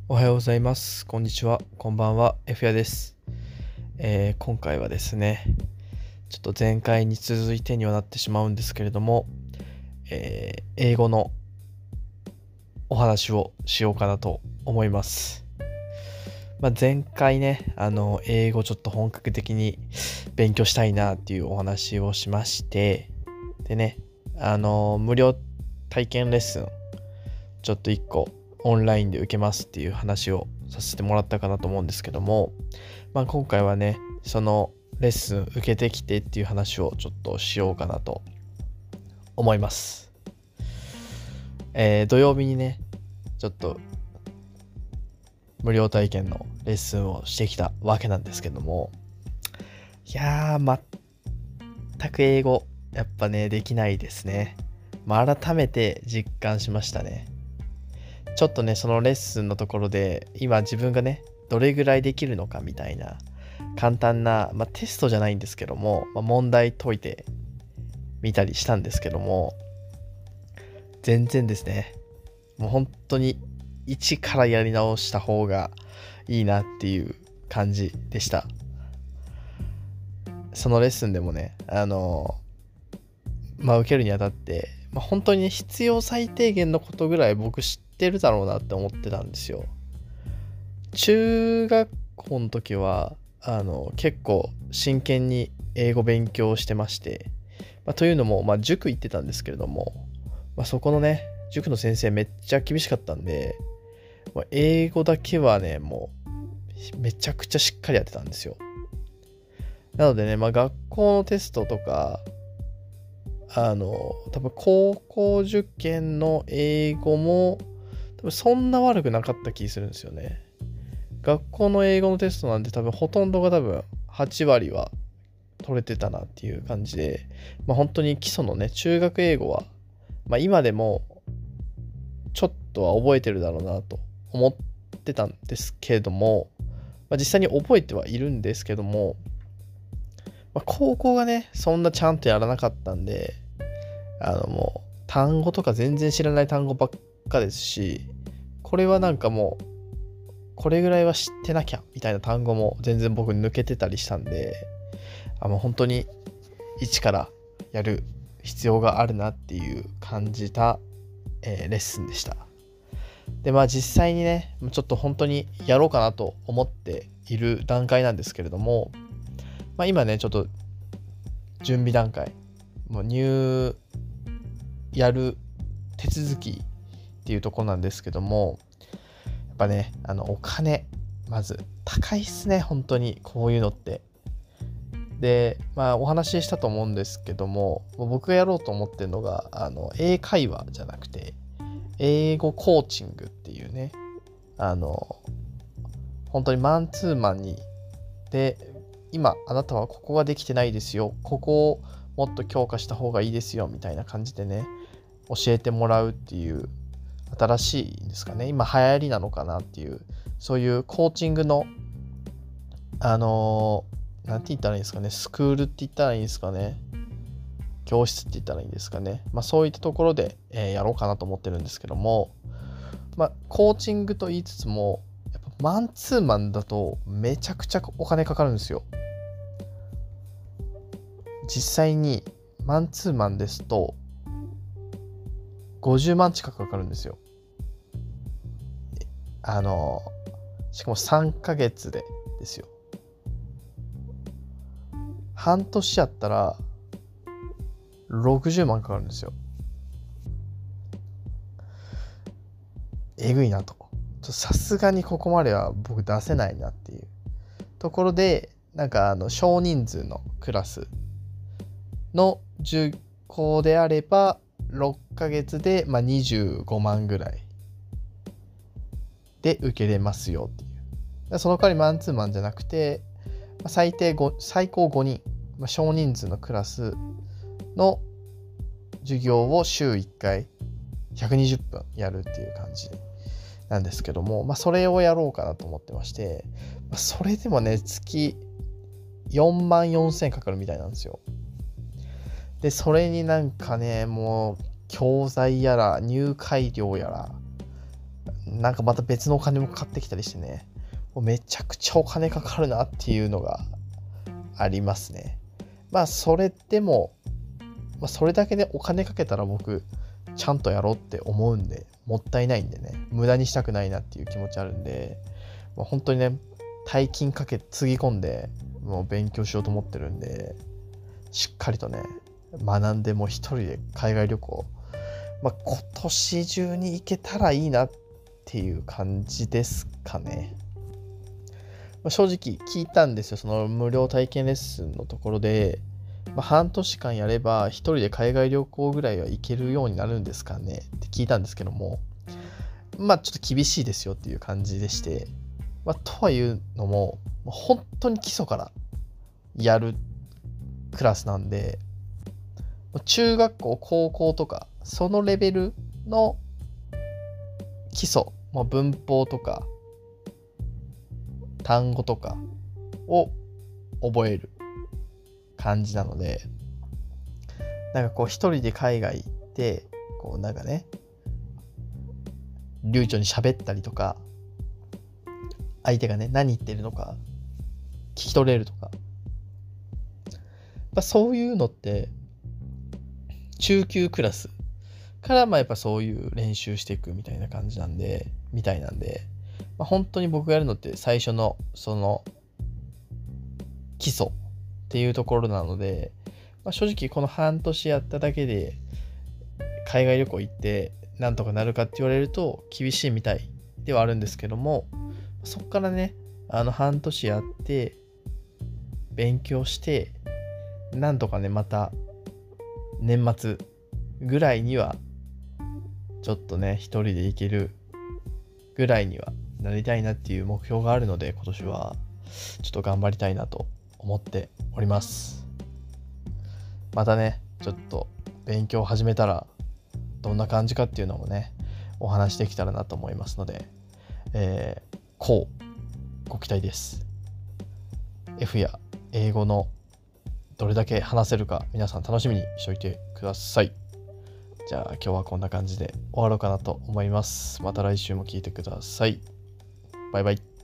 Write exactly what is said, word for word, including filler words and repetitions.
おはようございます。こんにちは。こんばんは。F やです、えー今回はですね、ちょっと前回に続いてにはなってしまうんですけれども、えー英語のお話をしようかなと思います。まあ、前回ね、あの、英語ちょっと本格的に勉強したいなっていうお話をしまして、でね、あの、無料体験レッスン、ちょっといっこオンラインで受けますっていう話をさせてもらったかなと思うんですけども、まあ、今回はね、そのレッスン受けてきてっていう話をちょっとしようかなと思います。えー土曜日にね、ちょっと無料体験のレッスンをしてきたわけなんですけども、いやー、全く英語、やっぱね、できないですね。まあ、改めて実感しましたね。ちょっとね、そのレッスンのところで、今自分がね、どれぐらいできるのかみたいな、簡単な、まあ、テストじゃないんですけども、まあ、問題解いてみたりしたんですけども、全然ですね、もう本当に一からやり直した方がいいなっていう感じでした。そのレッスンでもね、あの、まあ、受けるにあたって、まあ、本当に必要最低限のことぐらい僕知ってるだろうなって思ってたんですよ。中学校の時はあの結構真剣に英語勉強してまして、まあ、というのも、まあ、塾行ってたんですけれども、まあ、そこのね塾の先生めっちゃ厳しかったんで、まあ、英語だけはねもうめちゃくちゃしっかりやってたんですよ。なのでね、まあ、学校のテストとかあの多分高校受験の英語も多分そんな悪くなかった気するんですよね。学校の英語のテストなんで多分ほとんどが多分はち割は取れてたなっていう感じで、まあ本当に基礎のね、中学英語は、まあ今でもちょっとは覚えてるだろうなと思ってたんですけども、まあ実際に覚えてはいるんですけども、まあ高校がね、そんなちゃんとやらなかったんで、あのもう単語とか全然知らない単語ばっかですし、これはなんかもうこれぐらいは知ってなきゃみたいな単語も全然僕抜けてたりしたんで、あもう本当に一からやる必要があるなっていう感じた、えーレッスンでした。でまあ実際にねちょっと本当にやろうかなと思っている段階なんですけれども、まあ、今ねちょっと準備段階、もう入やる手続きっていうところなんですけども、やっぱねあのお金まず高いっすね、本当にこういうのって。でまあお話ししたと思うんですけども、僕がやろうと思ってるのがあの英会話じゃなくて英語コーチングっていうね、あの本当にマンツーマンにで、今あなたはここができてないですよ、ここをもっと強化した方がいいですよみたいな感じでね教えてもらうっていう、新しいんですかね、今流行りなのかなっていう、そういうコーチングのあのー、なんて言ったらいいんですかね、スクールって言ったらいいんですかね、教室って言ったらいいんですかね、まあそういったところで、えーやろうかなと思ってるんですけども、まあコーチングと言いつつもやっぱマンツーマンだとめちゃくちゃお金かかるんですよ。実際にマンツーマンですとごじゅうまん近くかかるんですよ。あのしかもさんかげつでですよ。半年やったらろくじゅうまんかかるんですよ。えぐいなと。さすがにここまでは僕出せないなっていうところで、なんかあの少人数のクラスの受講であればろっかげつでまあにじゅうごまんぐらいで受けれますよっていう。その代わりマンツーマンじゃなくて最低ご最高ごにん、まあ、少人数のクラスの授業を週いっかいひゃくにじゅっぷんやるっていう感じなんですけども、まあ、それをやろうかなと思ってまして、まあ、それでもね月よんまんよんせんかかるみたいなんですよ。でそれになんかねもう教材やら入会料やらなんかまた別のお金もかかってきたりしてね、もうめちゃくちゃお金かかるなっていうのがありますね。まあそれでも、まあ、それだけでお金かけたら僕ちゃんとやろうって思うんで、もったいないんでね、無駄にしたくないなっていう気持ちあるんで、もう本当にね、大金かけつぎ込んでもう勉強しようと思ってるんで、しっかりとね学んで、もう一人で海外旅行、まあ、今年中に行けたらいいなっていう感じですかね。まあ、正直聞いたんですよ、その無料体験レッスンのところで、まあ、半年間やれば一人で海外旅行ぐらいは行けるようになるんですかねって聞いたんですけども、まあちょっと厳しいですよっていう感じでして、まあ、とはいうのも本当に基礎からやるクラスなんで、中学校高校とかそのレベルの基礎、まあ、文法とか単語とかを覚える感じなので、なんかこう一人で海外行ってこうなんかね流暢に喋ったりとか、相手がね何言ってるのか聞き取れるとか、まあ、そういうのって中級クラスからまあやっぱそういう練習していくみたいな感じなんでみたいなんで、まあ、本当に僕がやるのって最初のその基礎っていうところなので、まあ、正直この半年やっただけで海外旅行行ってなんとかなるかって言われると厳しいみたいではあるんですけども、そっからねあの半年やって勉強してなんとかねまた年末ぐらいにはちょっとね一人で行けるぐらいにはなりたいなっていう目標があるので、今年はちょっと頑張りたいなと思っております。またねちょっと勉強を始めたらどんな感じかっていうのもねお話できたらなと思いますので、えー、こうご期待です。 F や英語のどれだけ話せるか皆さん楽しみにしておいてください。じゃあ今日はこんな感じで終わろうかなと思います。また来週も聞いてください。バイバイ。